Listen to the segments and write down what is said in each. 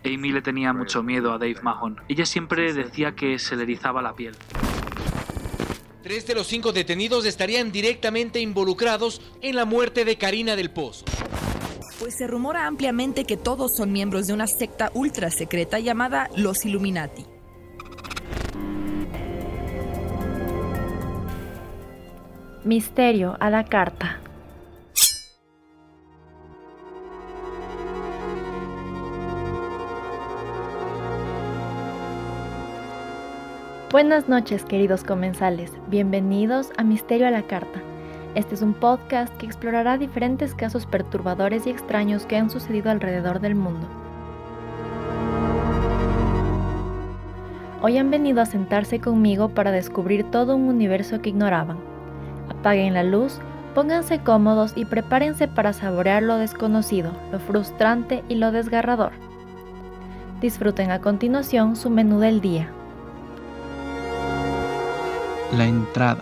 Amy le tenía mucho miedo a Dave Mahon. Ella siempre decía que se le erizaba la piel. 3 de los 5 detenidos estarían directamente involucrados en la muerte de Karina del Pozo. Pues se rumora ampliamente que todos son miembros de una secta ultra secreta llamada los Illuminati. Misterio a la carta. Buenas noches, queridos comensales. Bienvenidos a Misterio a la Carta. Este es un podcast que explorará diferentes casos perturbadores y extraños que han sucedido alrededor del mundo. Hoy han venido a sentarse conmigo para descubrir todo un universo que ignoraban. Apaguen la luz, pónganse cómodos y prepárense para saborear lo desconocido, lo frustrante y lo desgarrador. Disfruten a continuación su menú del día. La entrada.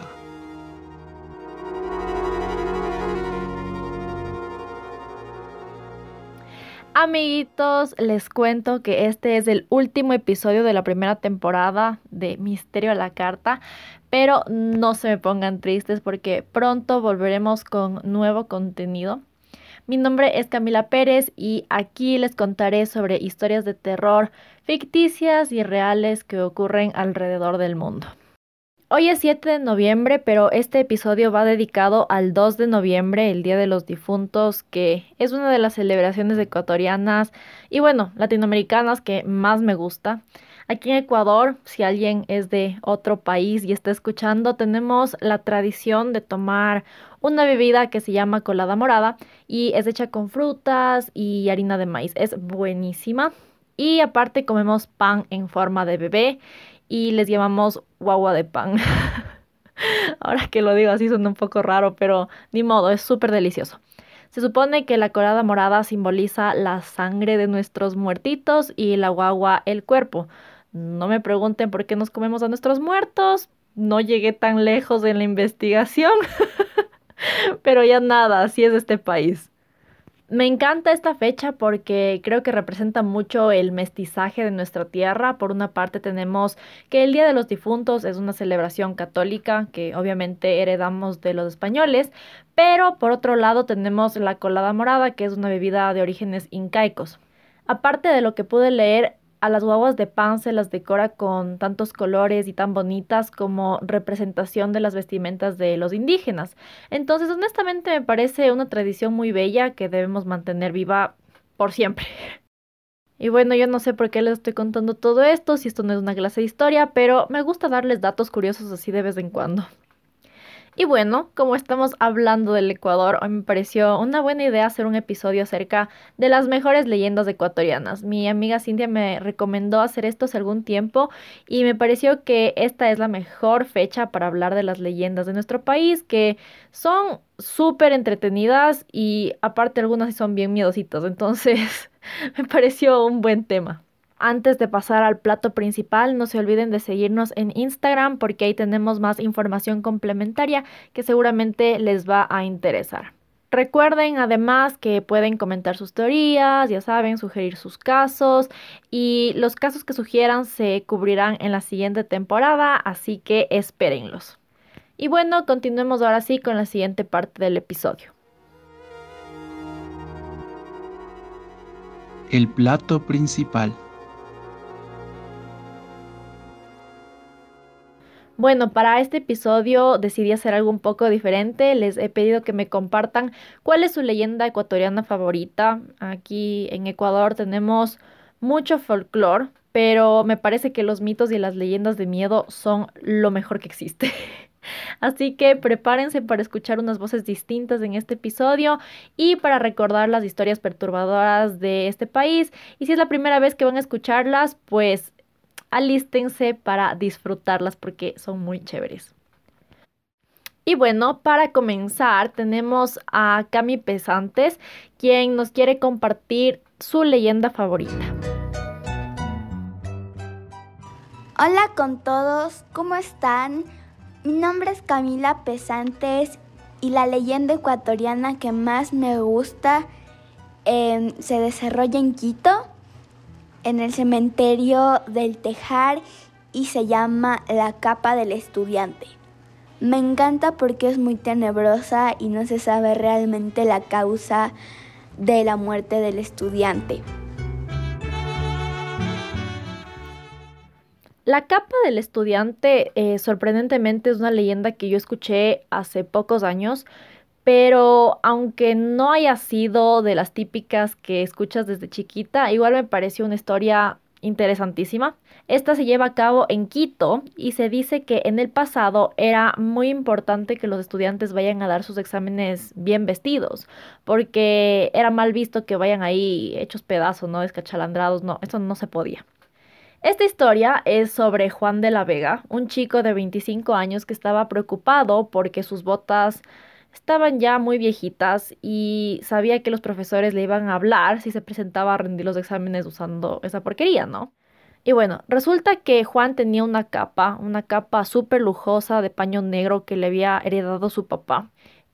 Amiguitos, les cuento que este es el último episodio de la primera temporada de Misterio a la Carta, pero no se me pongan tristes porque pronto volveremos con nuevo contenido. Mi nombre es Camila Pérez y aquí les contaré sobre historias de terror ficticias y reales que ocurren alrededor del mundo. Hoy es 7 de noviembre, pero este episodio va dedicado al 2 de noviembre, el Día de los Difuntos, que es una de las celebraciones ecuatorianas y latinoamericanas que más me gusta. Aquí en Ecuador, si alguien es de otro país y está escuchando, tenemos la tradición de tomar una bebida que se llama colada morada y es hecha con frutas y harina de maíz. Es buenísima. Y aparte comemos pan en forma de bebé y les llamamos guagua de pan. Ahora que lo digo así suena un poco raro, pero ni modo, es súper delicioso. Se supone que la colada morada simboliza la sangre de nuestros muertitos y la guagua el cuerpo. No me pregunten por qué nos comemos a nuestros muertos. No llegué tan lejos en la investigación. Pero ya nada, así es este país. Me encanta esta fecha porque creo que representa mucho el mestizaje de nuestra tierra. Por una parte tenemos que el Día de los Difuntos es una celebración católica que obviamente heredamos de los españoles, pero por otro lado tenemos la colada morada, que es una bebida de orígenes incaicos. Aparte de lo que pude leer, a las guaguas de pan se las decora con tantos colores y tan bonitas como representación de las vestimentas de los indígenas. Entonces, honestamente, me parece una tradición muy bella que debemos mantener viva por siempre. Y bueno, yo no sé por qué les estoy contando todo esto, si esto no es una clase de historia, pero me gusta darles datos curiosos así de vez en cuando. Y bueno, como estamos hablando del Ecuador, hoy me pareció una buena idea hacer un episodio acerca de las mejores leyendas ecuatorianas. Mi amiga Cintia me recomendó hacer esto hace algún tiempo y me pareció que esta es la mejor fecha para hablar de las leyendas de nuestro país, que son súper entretenidas y aparte algunas sí son bien miedositas, entonces me pareció un buen tema. Antes de pasar al plato principal, no se olviden de seguirnos en Instagram porque ahí tenemos más información complementaria que seguramente les va a interesar. Recuerden además que pueden comentar sus teorías, ya saben, sugerir sus casos y los casos que sugieran se cubrirán en la siguiente temporada, así que espérenlos. Y bueno, continuemos ahora sí con la siguiente parte del episodio. El plato principal. Bueno, para este episodio decidí hacer algo un poco diferente. Les he pedido que me compartan cuál es su leyenda ecuatoriana favorita. Aquí en Ecuador tenemos mucho folclore, pero me parece que los mitos y las leyendas de miedo son lo mejor que existe. Así que prepárense para escuchar unas voces distintas en este episodio y para recordar las historias perturbadoras de este país. Y si es la primera vez que van a escucharlas, pues alístense para disfrutarlas porque son muy chéveres. Y bueno, para comenzar tenemos a Cami Pesantes, quien nos quiere compartir su leyenda favorita. Hola con todos, ¿cómo están? Mi nombre es Camila Pesantes y la leyenda ecuatoriana que más me gusta se desarrolla en Quito. en el cementerio del Tejar y se llama La capa del estudiante. Me encanta porque es muy tenebrosa y no se sabe realmente la causa de la muerte del estudiante. La capa del estudiante, sorprendentemente, es una leyenda que yo escuché hace pocos años, pero aunque no haya sido de las típicas que escuchas desde chiquita, igual me pareció una historia interesantísima. Esta se lleva a cabo en Quito y se dice que en el pasado era muy importante que los estudiantes vayan a dar sus exámenes bien vestidos, porque era mal visto que vayan ahí hechos pedazos, ¿no? Descachalandrados, no, eso no se podía. Esta historia es sobre Juan de la Vega, un chico de 25 años que estaba preocupado porque sus botas estaban ya muy viejitas y sabía que los profesores le iban a hablar si se presentaba a rendir los exámenes usando esa porquería, ¿no? Y bueno, resulta que Juan tenía una capa súper lujosa de paño negro que le había heredado su papá.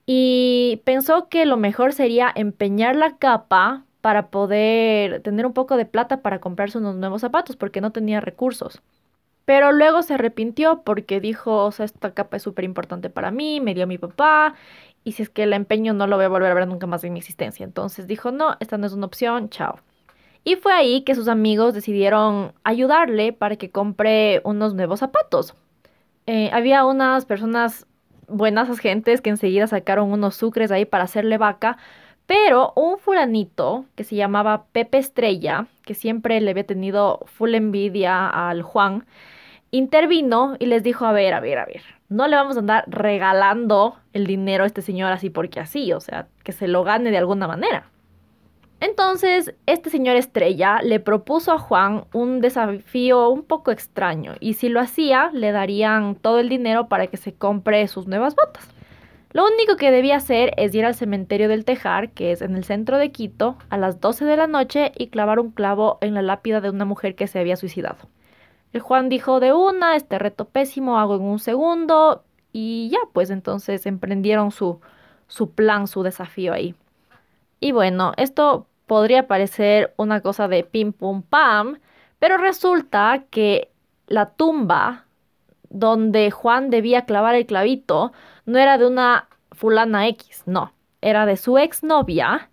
Y pensó que lo mejor sería empeñar la capa para poder tener un poco de plata para comprarse unos nuevos zapatos porque no tenía recursos. Pero luego se arrepintió porque dijo, o sea, esta capa es súper importante para mí, me dio mi papá, y si es que la empeño no lo voy a volver a ver nunca más en mi existencia. Entonces dijo, no, esta no es una opción, chao. Y fue ahí que sus amigos decidieron ayudarle para que compre unos nuevos zapatos. Había unas personas buenas gentes que enseguida sacaron unos sucres ahí para hacerle vaca, pero un fulanito que se llamaba Pepe Estrella, que siempre le había tenido full envidia al Juan, intervino y les dijo, a ver, no le vamos a andar regalando el dinero a este señor así porque así, o sea, que se lo gane de alguna manera. Entonces, este señor Estrella le propuso a Juan un desafío un poco extraño y si lo hacía, le darían todo el dinero para que se compre sus nuevas botas. Lo único que debía hacer es ir al cementerio del Tejar, que es en el centro de Quito, a las 12 de la noche y clavar un clavo en la lápida de una mujer que se había suicidado. El Juan dijo de una, este reto pésimo hago en un segundo y ya, pues entonces emprendieron su plan, su desafío ahí. Y bueno, esto podría parecer una cosa de pim pum pam, pero resulta que la tumba donde Juan debía clavar el clavito no era de una fulana X, no, era de su exnovia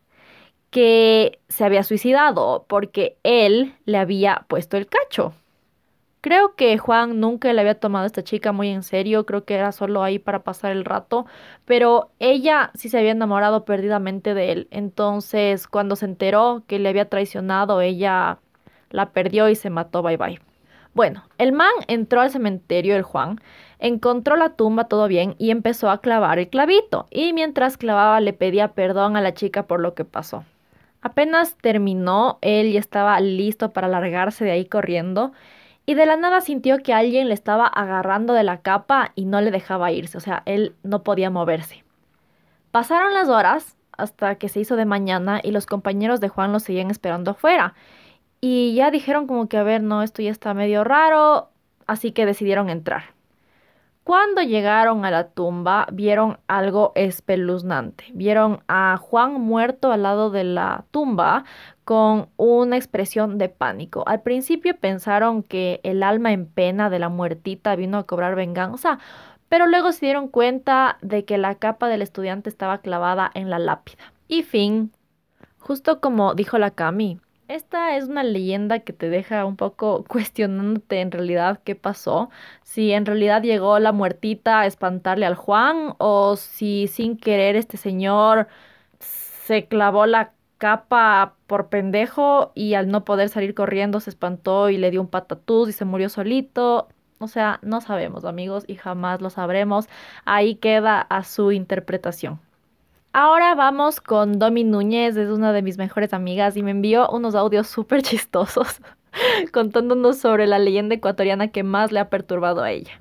que se había suicidado porque él le había puesto el cacho. Creo que Juan nunca le había tomado a esta chica muy en serio, creo que era solo ahí para pasar el rato, pero ella sí se había enamorado perdidamente de él. Entonces, cuando se enteró que le había traicionado, ella la perdió y se mató, bye bye. Bueno, el man entró al cementerio, el Juan, encontró la tumba todo bien y empezó a clavar el clavito. Y mientras clavaba le pedía perdón a la chica por lo que pasó. Apenas terminó, él ya estaba listo para largarse de ahí corriendo. Y de la nada sintió que alguien le estaba agarrando de la capa y no le dejaba irse, o sea, él no podía moverse. Pasaron las horas hasta que se hizo de mañana y los compañeros de Juan lo seguían esperando afuera. Y ya dijeron como que, a ver, no, esto ya está medio raro, así que decidieron entrar. Cuando llegaron a la tumba, vieron algo espeluznante. Vieron a Juan muerto al lado de la tumba con una expresión de pánico. Al principio pensaron que el alma en pena de la muertita vino a cobrar venganza, pero luego se dieron cuenta de que la capa del estudiante estaba clavada en la lápida. Y fin, justo como dijo la Cami, esta es una leyenda que te deja un poco cuestionándote en realidad qué pasó. Si en realidad llegó la muertita a espantarle al Juan o si sin querer este señor se clavó la capa por pendejo y al no poder salir corriendo se espantó y le dio un patatús y se murió solito. O sea, no sabemos, amigos, y jamás lo sabremos. Ahí queda a su interpretación. Ahora vamos con Domi Núñez, es una de mis mejores amigas y me envió unos audios súper chistosos contándonos sobre la leyenda ecuatoriana que más le ha perturbado a ella.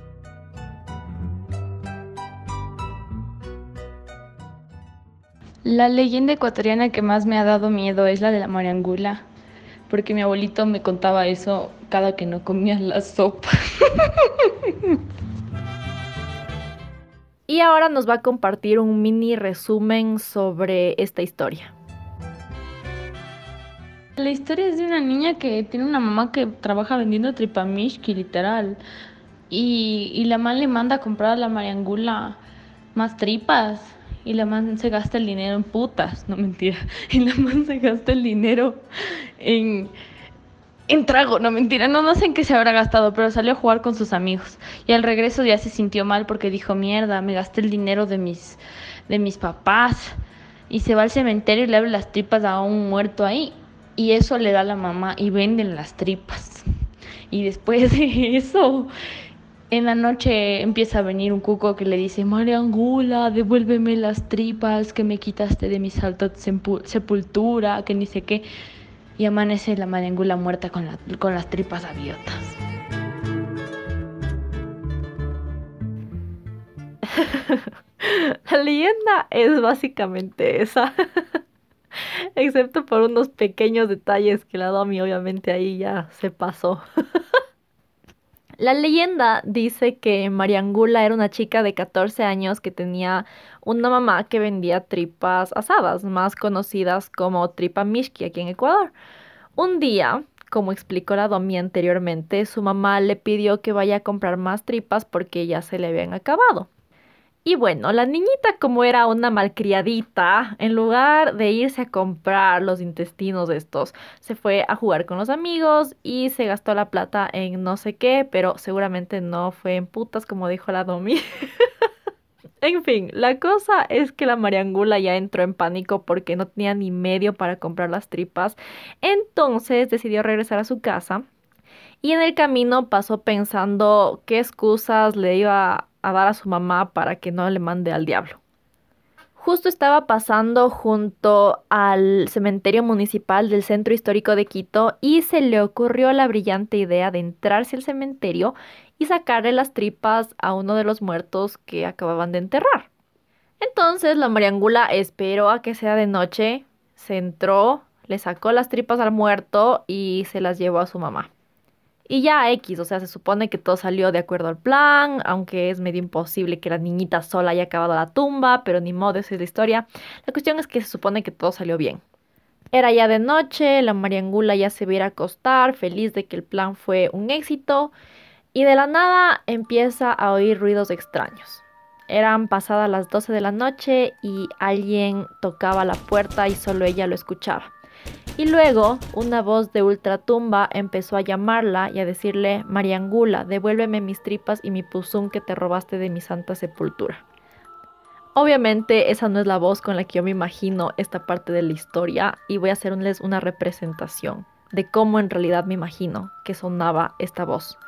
La leyenda ecuatoriana que más me ha dado miedo es la de la mariangula, porque mi abuelito me contaba eso cada que no comía la sopa. Y ahora nos va a compartir un mini resumen sobre esta historia. La historia es de una niña que tiene una mamá que trabaja vendiendo tripamishki, literal. Y la man le manda a comprar a la Mariangula más tripas. Y la man se gasta el dinero en putas, no mentira. Y la man se gasta el dinero en, en trago, no mentira. No sé en qué se habrá gastado, pero salió a jugar con sus amigos. Y al regreso ya se sintió mal porque dijo, mierda, me gasté el dinero de mis papás. Y se va al cementerio y le abre las tripas a un muerto ahí. Y eso le da a la mamá y venden las tripas. Y después de eso, en la noche empieza a venir un cuco que le dice, Mariangula, devuélveme las tripas que me quitaste de mi santa sepultura, que ni sé qué. Y amanece la Mariangula muerta con las tripas abiertas. La leyenda es básicamente esa. Excepto por unos pequeños detalles que la Domi obviamente ahí ya se pasó. La leyenda dice que Mariangula era una chica de 14 años que tenía una mamá que vendía tripas asadas, más conocidas como tripa mishki aquí en Ecuador. Un día, como explicó la Domi anteriormente, su mamá le pidió que vaya a comprar más tripas porque ya se le habían acabado. Y bueno, la niñita, como era una malcriadita, en lugar de irse a comprar los intestinos de estos, se fue a jugar con los amigos y se gastó la plata en no sé qué, pero seguramente no fue en putas, como dijo la Domi. En fin, la cosa es que la Mariangula ya entró en pánico porque no tenía ni medio para comprar las tripas. Entonces decidió regresar a su casa y en el camino pasó pensando qué excusas le iba a dar a su mamá para que no le mande al diablo. Justo estaba pasando junto al cementerio municipal del Centro Histórico de Quito y se le ocurrió la brillante idea de entrarse al cementerio y sacarle las tripas a uno de los muertos que acababan de enterrar. Entonces la Mariangula esperó a que sea de noche, se entró, le sacó las tripas al muerto y se las llevó a su mamá. Y ya X, o sea, se supone que todo salió de acuerdo al plan, aunque es medio imposible que la niñita sola haya acabado la tumba, pero ni modo, esa es la historia. La cuestión es que se supone que todo salió bien. Era ya de noche, la Mariangula ya se iba a ir a acostar, feliz de que el plan fue un éxito, y de la nada empieza a oír ruidos extraños. Eran pasadas las 12 de la noche y alguien tocaba la puerta y solo ella lo escuchaba. Y luego una voz de ultratumba empezó a llamarla y a decirle, Mariangula, devuélveme mis tripas y mi puzún que te robaste de mi santa sepultura. Obviamente esa no es la voz con la que yo me imagino esta parte de la historia y voy a hacerles una representación de cómo en realidad me imagino que sonaba esta voz.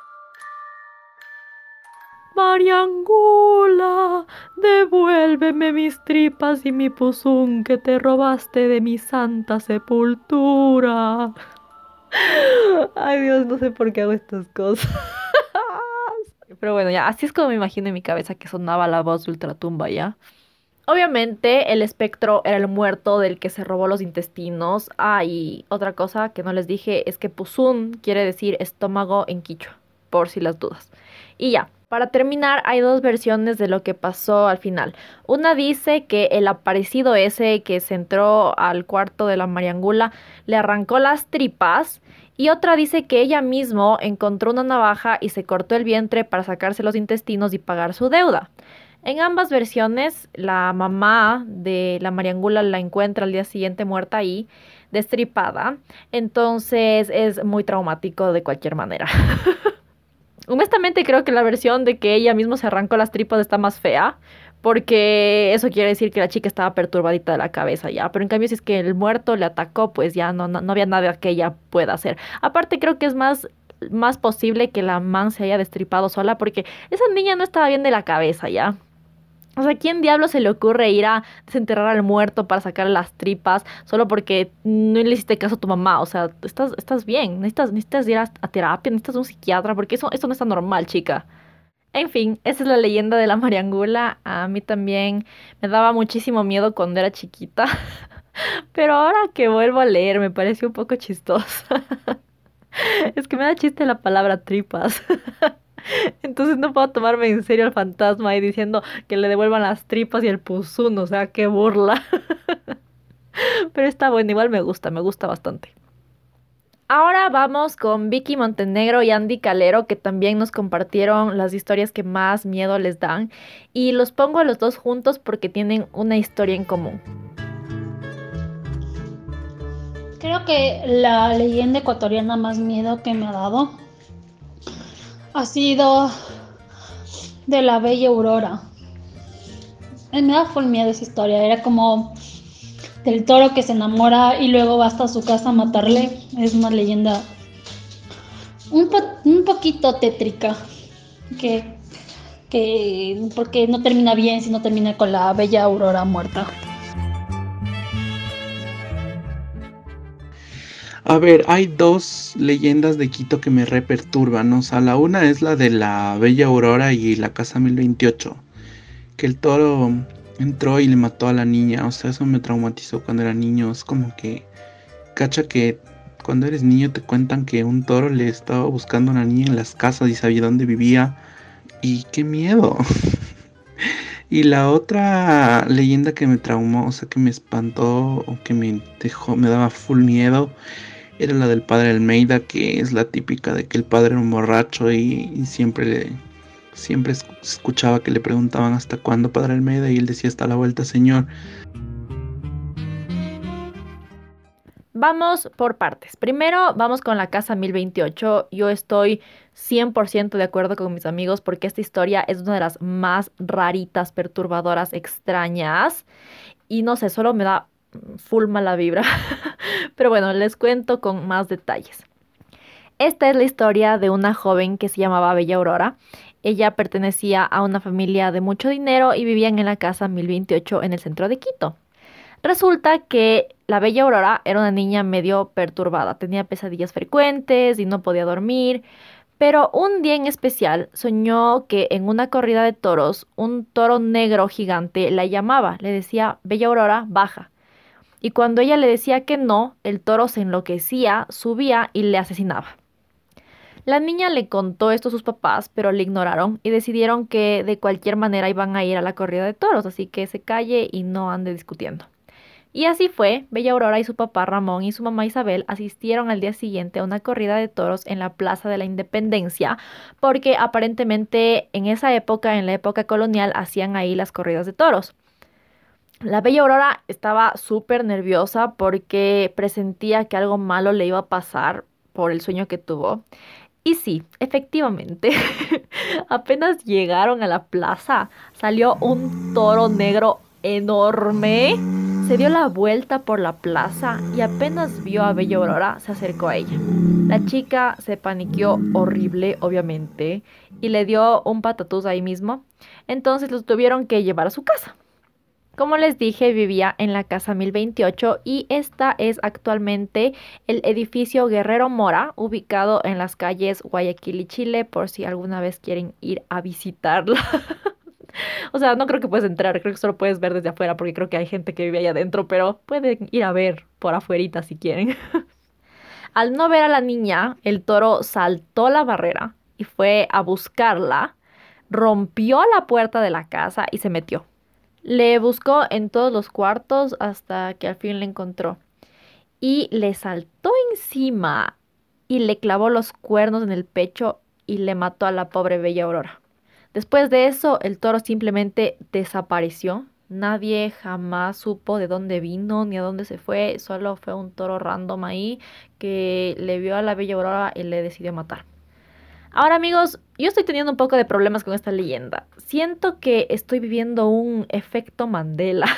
Mariangula, devuélveme mis tripas y mi puzún que te robaste de mi santa sepultura. Ay Dios, no sé por qué hago estas cosas. Pero bueno, ya, así es como me imagino en mi cabeza que sonaba la voz de ultratumba, ¿ya? Obviamente el espectro era el muerto del que se robó los intestinos. Ah, y otra cosa que no les dije es que puzún quiere decir estómago en quichua, por si las dudas. Y ya. Para terminar, hay dos versiones de lo que pasó al final. Una dice que el aparecido ese que se entró al cuarto de la Mariangula le arrancó las tripas y otra dice que ella misma encontró una navaja y se cortó el vientre para sacarse los intestinos y pagar su deuda. En ambas versiones, la mamá de la Mariangula la encuentra al día siguiente muerta ahí, destripada. Entonces es muy traumático de cualquier manera. Honestamente creo que la versión de que ella misma se arrancó las tripas está más fea, porque eso quiere decir que la chica estaba perturbadita de la cabeza ya, pero en cambio si es que el muerto le atacó, pues ya no había nada que ella pueda hacer. Aparte creo que es más posible que la man se haya destripado sola, porque esa niña no estaba bien de la cabeza ya. O sea, ¿quién diablo se le ocurre ir a desenterrar al muerto para sacarle las tripas solo porque no le hiciste caso a tu mamá? O sea, estás bien, necesitas ir a terapia, necesitas un psiquiatra, porque eso no está normal, chica. En fin, esa es la leyenda de la Mariangula. A mí también me daba muchísimo miedo cuando era chiquita, pero ahora que vuelvo a leer me pareció un poco chistosa. Es que me da chiste la palabra tripas. Entonces no puedo tomarme en serio al fantasma ahí diciendo que le devuelvan las tripas y el puzún, o sea, qué burla. Pero está bueno, igual me gusta bastante. Ahora vamos con Vicky Montenegro y Andy Calero, que también nos compartieron las historias que más miedo les dan. Y los pongo a los dos juntos porque tienen una historia en común. Creo que la leyenda ecuatoriana más miedo que me ha dado ha sido de la Bella Aurora. Me da full miedo esa historia. Era como del toro que se enamora y luego va hasta su casa a matarle. Es una leyenda un poquito tétrica, porque no termina bien si no termina con la Bella Aurora muerta. A ver, hay dos leyendas de Quito que me reperturban, ¿no? O sea, la una es la de la Bella Aurora y la Casa 1028, que el toro entró y le mató a la niña. O sea, eso me traumatizó cuando era niño. Es como que, cacha que cuando eres niño te cuentan que un toro le estaba buscando a una niña en las casas y sabía dónde vivía. Y qué miedo. Y la otra leyenda que me traumó, o sea, que me espantó o que me daba full miedo, era la del padre Almeida, que es la típica de que el padre era un borracho y siempre escuchaba que le preguntaban ¿hasta cuándo, padre Almeida? Y él decía hasta la vuelta, señor. Vamos por partes. Primero, vamos con la Casa 1028. Yo estoy 100% de acuerdo con mis amigos porque esta historia es una de las más raritas, perturbadoras, extrañas. Y no sé, solo me da full mala vibra. Pero bueno, les cuento con más detalles. Esta es la historia de una joven que se llamaba Bella Aurora. Ella pertenecía a una familia de mucho dinero y vivían en la Casa 1028 en el centro de Quito. Resulta que la Bella Aurora era una niña medio perturbada, tenía pesadillas frecuentes y no podía dormir, pero un día en especial soñó que en una corrida de toros un toro negro gigante la llamaba, le decía, Bella Aurora, baja. Y cuando ella le decía que no, el toro se enloquecía, subía y le asesinaba. La niña le contó esto a sus papás, pero le ignoraron y decidieron que de cualquier manera iban a ir a la corrida de toros, así que se calle y no ande discutiendo. Y así fue, Bella Aurora y su papá Ramón y su mamá Isabel asistieron al día siguiente a una corrida de toros en la Plaza de la Independencia, porque aparentemente en esa época, en la época colonial, hacían ahí las corridas de toros. La Bella Aurora estaba súper nerviosa porque presentía que algo malo le iba a pasar por el sueño que tuvo. Y sí, efectivamente, apenas llegaron a la plaza, salió un toro negro enorme. Se dio la vuelta por la plaza y apenas vio a Bella Aurora, se acercó a ella. La chica se paniqueó horrible, obviamente, y le dio un patatús ahí mismo. Entonces lo tuvieron que llevar a su casa. Como les dije, vivía en la Casa 1028 y esta es actualmente el edificio Guerrero Mora, ubicado en las calles Guayaquil y Chile, por si alguna vez quieren ir a visitarla. O sea, no creo que puedes entrar, creo que solo puedes ver desde afuera porque creo que hay gente que vive ahí adentro, pero pueden ir a ver por afuerita si quieren. Al no ver a la niña, el toro saltó la barrera y fue a buscarla, rompió la puerta de la casa y se metió. Le buscó en todos los cuartos hasta que al fin la encontró. Y le saltó encima y le clavó los cuernos en el pecho y le mató a la pobre Bella Aurora. Después de eso, el toro simplemente desapareció. Nadie jamás supo de dónde vino ni a dónde se fue. Solo fue un toro random ahí que le vio a la Bella Aurora y le decidió matar. Ahora, amigos, yo estoy teniendo un poco de problemas con esta leyenda. Siento que estoy viviendo un efecto Mandela.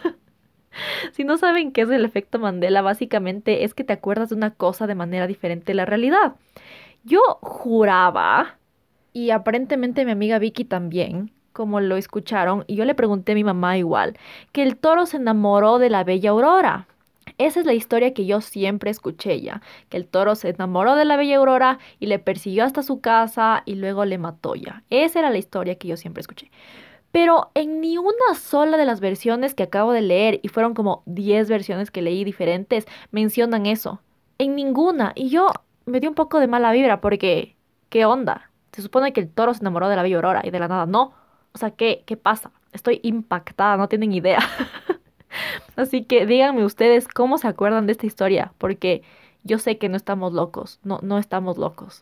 Si no saben qué es el efecto Mandela, básicamente es que te acuerdas de una cosa de manera diferente a la realidad. Yo juraba, y aparentemente mi amiga Vicky también, como lo escucharon, y yo le pregunté a mi mamá igual, que el toro se enamoró de la Bella Aurora. Esa es la historia que yo siempre escuché ya, que el toro se enamoró de la Bella Aurora y le persiguió hasta su casa y luego le mató ya. Esa era la historia que yo siempre escuché. Pero en ni una sola de las versiones que acabo de leer, y fueron como 10 versiones que leí diferentes, mencionan eso. En ninguna. Y yo me dio un poco de mala vibra porque, ¿qué onda? Se supone que el toro se enamoró de la Bella Aurora y de la nada no. O sea, ¿qué pasa? Estoy impactada, no tienen idea. Así que díganme ustedes cómo se acuerdan de esta historia, porque yo sé que no estamos locos, no estamos locos.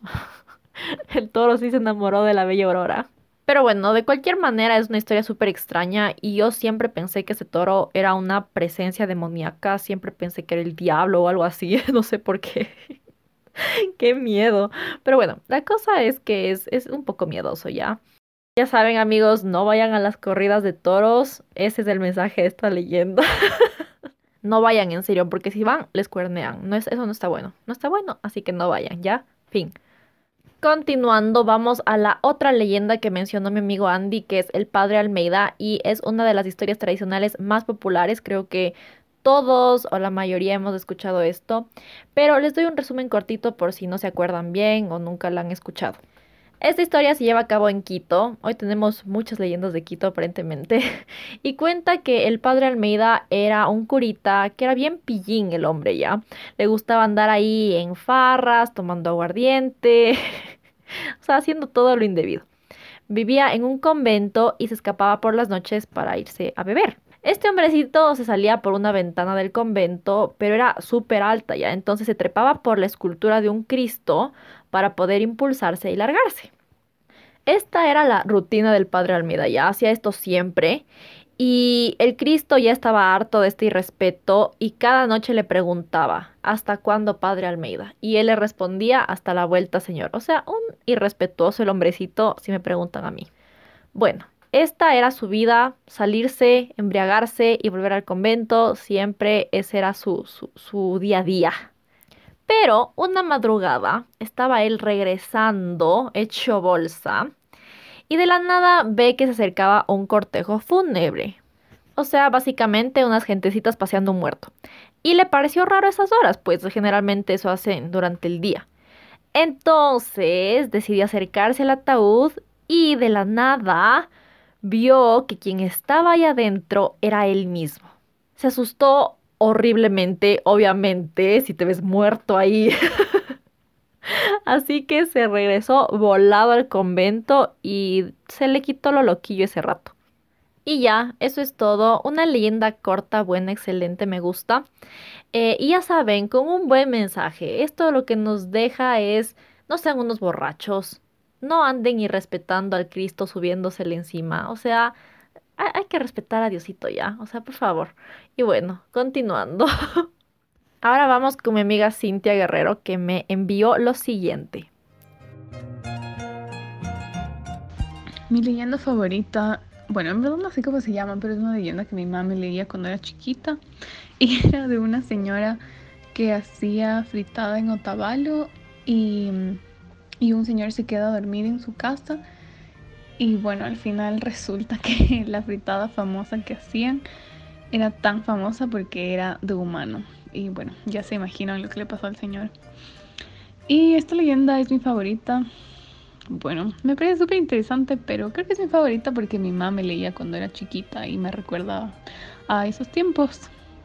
El toro sí se enamoró de la bella Aurora. Pero bueno, de cualquier manera es una historia súper extraña y yo siempre pensé que ese toro era una presencia demoníaca, siempre pensé que era el diablo o algo así, no sé por qué. Qué miedo. Pero bueno, la cosa es que es un poco miedoso ya. Ya saben, amigos, no vayan a las corridas de toros. Ese es el mensaje de esta leyenda. No vayan en serio, porque si van, les cuernean. Eso no está bueno. No está bueno, así que no vayan, ¿ya? Fin. Continuando, vamos a la otra leyenda que mencionó mi amigo Andy, que es el Padre Almeida, y es una de las historias tradicionales más populares. Creo que todos o la mayoría hemos escuchado esto, pero les doy un resumen cortito por si no se acuerdan bien o nunca la han escuchado. Esta historia se lleva a cabo en Quito. Hoy tenemos muchas leyendas de Quito aparentemente. Y cuenta que el Padre Almeida era un curita que era bien pillín el hombre ya. Le gustaba andar ahí en farras, tomando aguardiente, o sea, haciendo todo lo indebido. Vivía en un convento y se escapaba por las noches para irse a beber. Este hombrecito se salía por una ventana del convento, pero era súper alta ya, entonces se trepaba por la escultura de un Cristo para poder impulsarse y largarse. Esta era la rutina del padre Almeida, ya hacía esto siempre y el Cristo ya estaba harto de este irrespeto y cada noche le preguntaba, ¿hasta cuándo, padre Almeida? Y él le respondía, hasta la vuelta, señor. O sea, un irrespetuoso el hombrecito, si me preguntan a mí. Bueno, esta era su vida, salirse, embriagarse y volver al convento, siempre ese era su día a día. Pero una madrugada estaba él regresando, hecho bolsa, y de la nada ve que se acercaba un cortejo fúnebre. O sea, básicamente unas gentecitas paseando un muerto. Y le pareció raro esas horas, pues generalmente eso hacen durante el día. Entonces decidió acercarse al ataúd y de la nada vio que quien estaba ahí adentro era él mismo. Se asustó horriblemente, obviamente, si te ves muerto ahí. Así que se regresó volado al convento y se le quitó lo loquillo ese rato. Y ya, eso es todo. Una leyenda corta, buena, excelente, me gusta. Y ya saben, con un buen mensaje. Esto lo que nos deja es, no sean unos borrachos. No anden irrespetando al Cristo subiéndosele encima. O sea, hay que respetar a Diosito ya. O sea, por favor. Y bueno, continuando. Ahora vamos con mi amiga Cintia Guerrero que me envió lo siguiente. Mi leyenda favorita, bueno, en verdad no sé cómo se llama, pero es una leyenda que mi mamá me leía cuando era chiquita. Y era de una señora que hacía fritada en Otavalo y un señor se queda a dormir en su casa. Y bueno, al final resulta que la fritada famosa que hacían era tan famosa porque era de humano. Y bueno, ya se imaginan lo que le pasó al señor. Y esta leyenda es mi favorita. Bueno, me parece súper interesante, pero creo que es mi favorita porque mi mamá me leía cuando era chiquita y me recuerda a esos tiempos.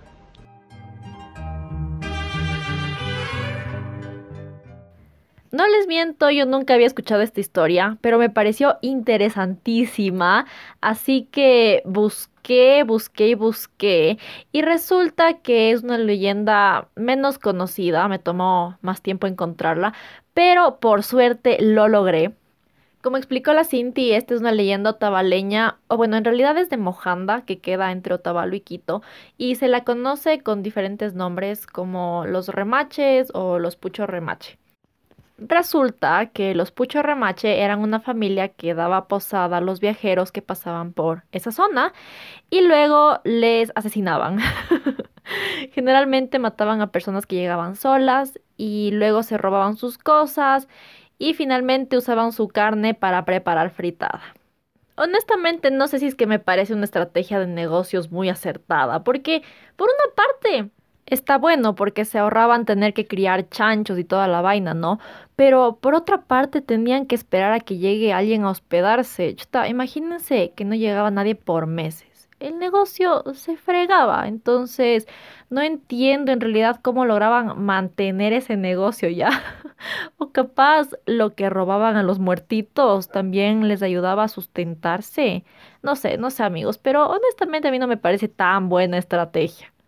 No les miento, yo nunca había escuchado esta historia, pero me pareció interesantísima, así que busqué y resulta que es una leyenda menos conocida, me tomó más tiempo encontrarla, pero por suerte lo logré. Como explicó la Cinti, esta es una leyenda otavaleña, o bueno, en realidad es de Mojanda, que queda entre Otavalo y Quito, y se la conoce con diferentes nombres como los remaches o los pucho remache. Resulta que los Pucho Remache eran una familia que daba posada a los viajeros que pasaban por esa zona y luego les asesinaban. Generalmente mataban a personas que llegaban solas y luego se robaban sus cosas y finalmente usaban su carne para preparar fritada. Honestamente no sé si es que me parece una estrategia de negocios muy acertada, porque por una parte está bueno porque se ahorraban tener que criar chanchos y toda la vaina, ¿no? Pero por otra parte tenían que esperar a que llegue alguien a hospedarse. Chuta, imagínense que no llegaba nadie por meses. El negocio se fregaba, entonces no entiendo en realidad cómo lograban mantener ese negocio ya. O capaz lo que robaban a los muertitos también les ayudaba a sustentarse. No sé amigos, pero honestamente a mí no me parece tan buena estrategia.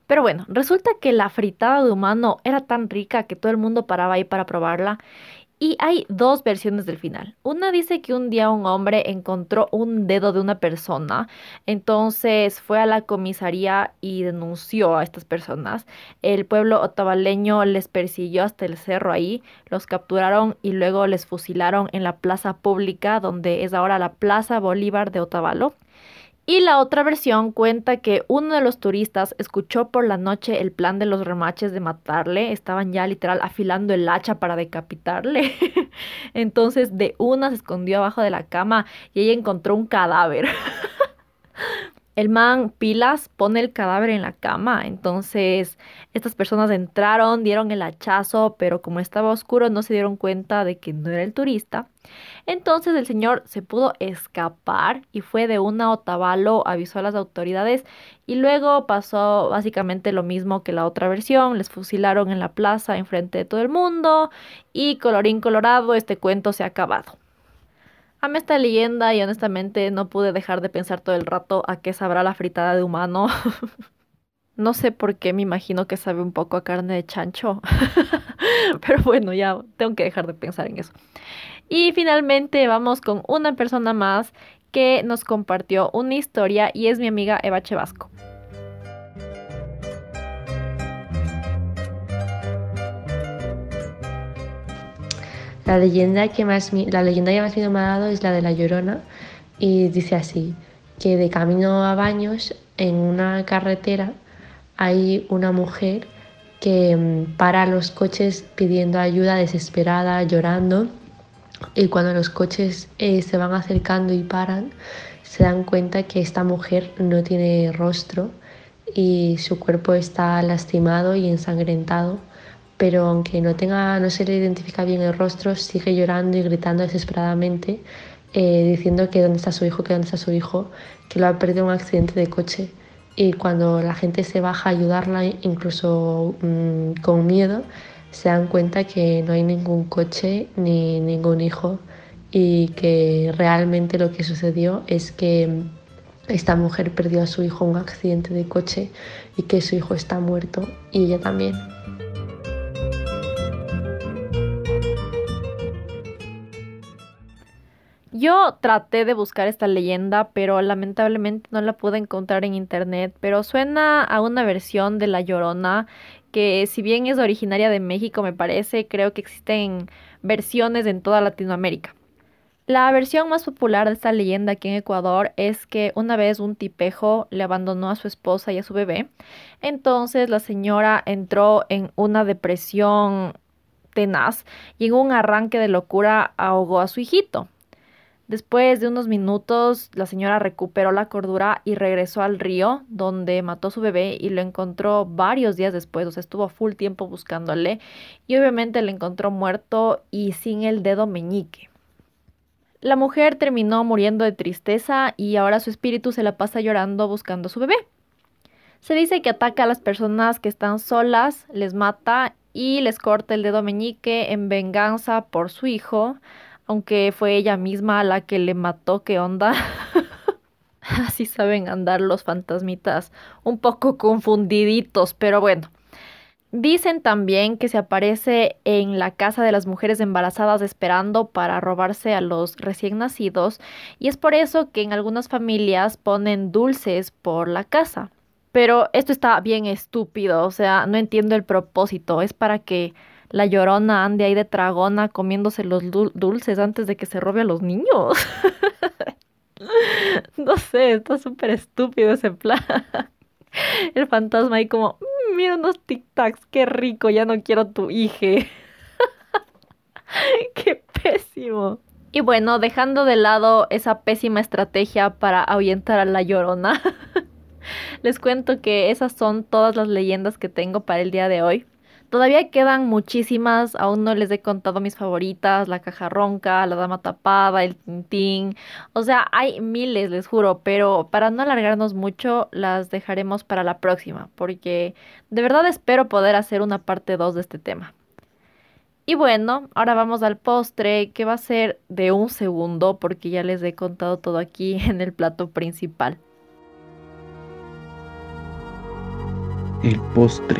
Pero bueno, resulta que la fritada de humano era tan rica que todo el mundo paraba ahí para probarla. Y hay dos versiones del final. Una dice que un día un hombre encontró un dedo de una persona, entonces fue a la comisaría y denunció a estas personas. El pueblo otavaleño les persiguió hasta el cerro ahí, los capturaron y luego les fusilaron en la plaza pública, donde es ahora la Plaza Bolívar de Otavalo. Y la otra versión cuenta que uno de los turistas escuchó por la noche el plan de los remaches de matarle. Estaban ya literal afilando el hacha para decapitarle. Entonces de una se escondió abajo de la cama y ella encontró un cadáver. El man pilas pone el cadáver en la cama, entonces estas personas entraron, dieron el hachazo, pero como estaba oscuro no se dieron cuenta de que no era el turista. Entonces el señor se pudo escapar y fue de una a Otavalo, avisó a las autoridades y luego pasó básicamente lo mismo que la otra versión, les fusilaron en la plaza enfrente de todo el mundo y colorín colorado, este cuento se ha acabado. Amé esta leyenda y honestamente no pude dejar de pensar todo el rato a qué sabrá la fritada de humano. No sé por qué me imagino que sabe un poco a carne de chancho. Pero bueno, ya tengo que dejar de pensar en eso. Y finalmente vamos con una persona más que nos compartió una historia y es mi amiga Eva Chevasco. La leyenda que más miedo me ha dado es la de La Llorona y dice así, que de camino a Baños, en una carretera, hay una mujer que para los coches pidiendo ayuda desesperada, llorando, y cuando los coches se van acercando y paran, se dan cuenta que esta mujer no tiene rostro y su cuerpo está lastimado y ensangrentado, pero aunque no se le identifica bien el rostro, sigue llorando y gritando desesperadamente, diciendo que dónde está su hijo, que lo ha perdido en un accidente de coche. Y cuando la gente se baja a ayudarla, incluso con miedo, se dan cuenta que no hay ningún coche ni ningún hijo y que realmente lo que sucedió es que esta mujer perdió a su hijo en un accidente de coche y que su hijo está muerto y ella también. Yo traté de buscar esta leyenda, pero lamentablemente no la pude encontrar en internet, pero suena a una versión de La Llorona que si bien es originaria de México, me parece, creo que existen versiones en toda Latinoamérica. La versión más popular de esta leyenda aquí en Ecuador es que una vez un tipejo le abandonó a su esposa y a su bebé, entonces la señora entró en una depresión tenaz y en un arranque de locura ahogó a su hijito. Después de unos minutos, la señora recuperó la cordura y regresó al río, donde mató a su bebé y lo encontró varios días después, o sea, estuvo full tiempo buscándole y obviamente lo encontró muerto y sin el dedo meñique. La mujer terminó muriendo de tristeza y ahora su espíritu se la pasa llorando buscando a su bebé. Se dice que ataca a las personas que están solas, les mata y les corta el dedo meñique en venganza por su hijo, aunque fue ella misma la que le mató, ¿qué onda? Así saben andar los fantasmitas, un poco confundiditos, pero bueno. Dicen también que se aparece en la casa de las mujeres embarazadas esperando para robarse a los recién nacidos y es por eso que en algunas familias ponen dulces por la casa. Pero esto está bien estúpido, o sea, no entiendo el propósito, es para que la Llorona ande ahí de tragona comiéndose los dulces antes de que se robe a los niños. No sé, está súper estúpido ese plan. El fantasma ahí como, mira unos tic-tacs, qué rico, ya no quiero tu hije. Qué pésimo. Y bueno, dejando de lado esa pésima estrategia para ahuyentar a la Llorona, les cuento que esas son todas las leyendas que tengo para el día de hoy. Todavía quedan muchísimas, aún no les he contado mis favoritas, la caja ronca, la dama tapada, el tintín, o sea, hay miles, les juro, pero para no alargarnos mucho, las dejaremos para la próxima, porque de verdad espero poder hacer una parte 2 de este tema. Y bueno, ahora vamos al postre, que va a ser de un segundo, porque ya les he contado todo aquí en el plato principal. el postre.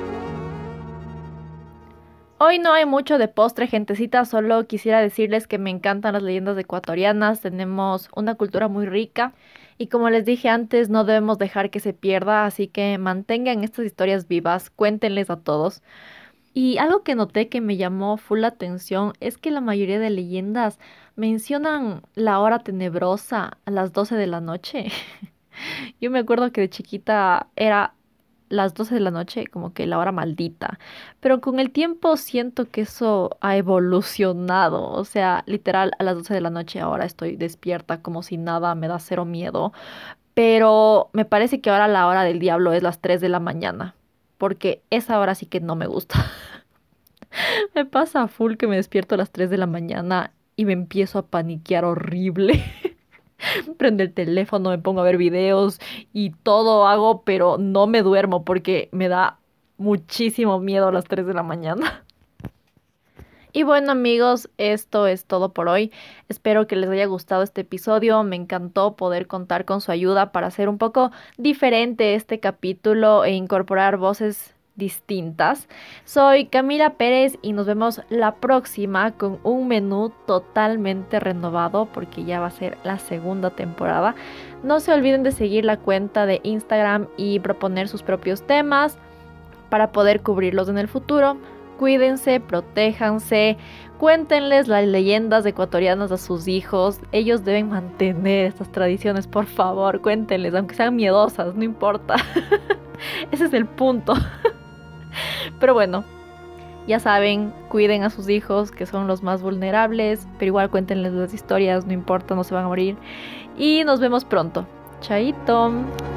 Hoy no hay mucho de postre, gentecita, solo quisiera decirles que me encantan las leyendas ecuatorianas, tenemos una cultura muy rica y como les dije antes, no debemos dejar que se pierda, así que mantengan estas historias vivas, cuéntenles a todos. Y algo que noté que me llamó full la atención es que la mayoría de leyendas mencionan la hora tenebrosa a las 12 de la noche. Yo me acuerdo que de chiquita era las 12 de la noche, como que la hora maldita. Pero con el tiempo siento que eso ha evolucionado. O sea, literal, a las 12 de la noche ahora estoy despierta como si nada, me da cero miedo. Pero me parece que ahora la hora del diablo es las 3 de la mañana. Porque esa hora sí que no me gusta. Me pasa a full que me despierto a las 3 de la mañana y me empiezo a paniquear horrible. Prendo el teléfono, me pongo a ver videos y todo hago, pero no me duermo porque me da muchísimo miedo a las 3 de la mañana. Y bueno amigos, esto es todo por hoy. Espero que les haya gustado este episodio. Me encantó poder contar con su ayuda para hacer un poco diferente este capítulo e incorporar voces distintas. Soy Camila Pérez y nos vemos la próxima con un menú totalmente renovado porque ya va a ser la segunda temporada. No se olviden de seguir la cuenta de Instagram y proponer sus propios temas para poder cubrirlos en el futuro. Cuídense, protéjanse, cuéntenles las leyendas ecuatorianas a sus hijos. Ellos deben mantener estas tradiciones, por favor, cuéntenles, aunque sean miedosas, no importa. Ese es el punto. Pero bueno, ya saben, cuiden a sus hijos que son los más vulnerables, pero igual cuéntenles las historias, no importa, no se van a morir. Y nos vemos pronto. Chaito.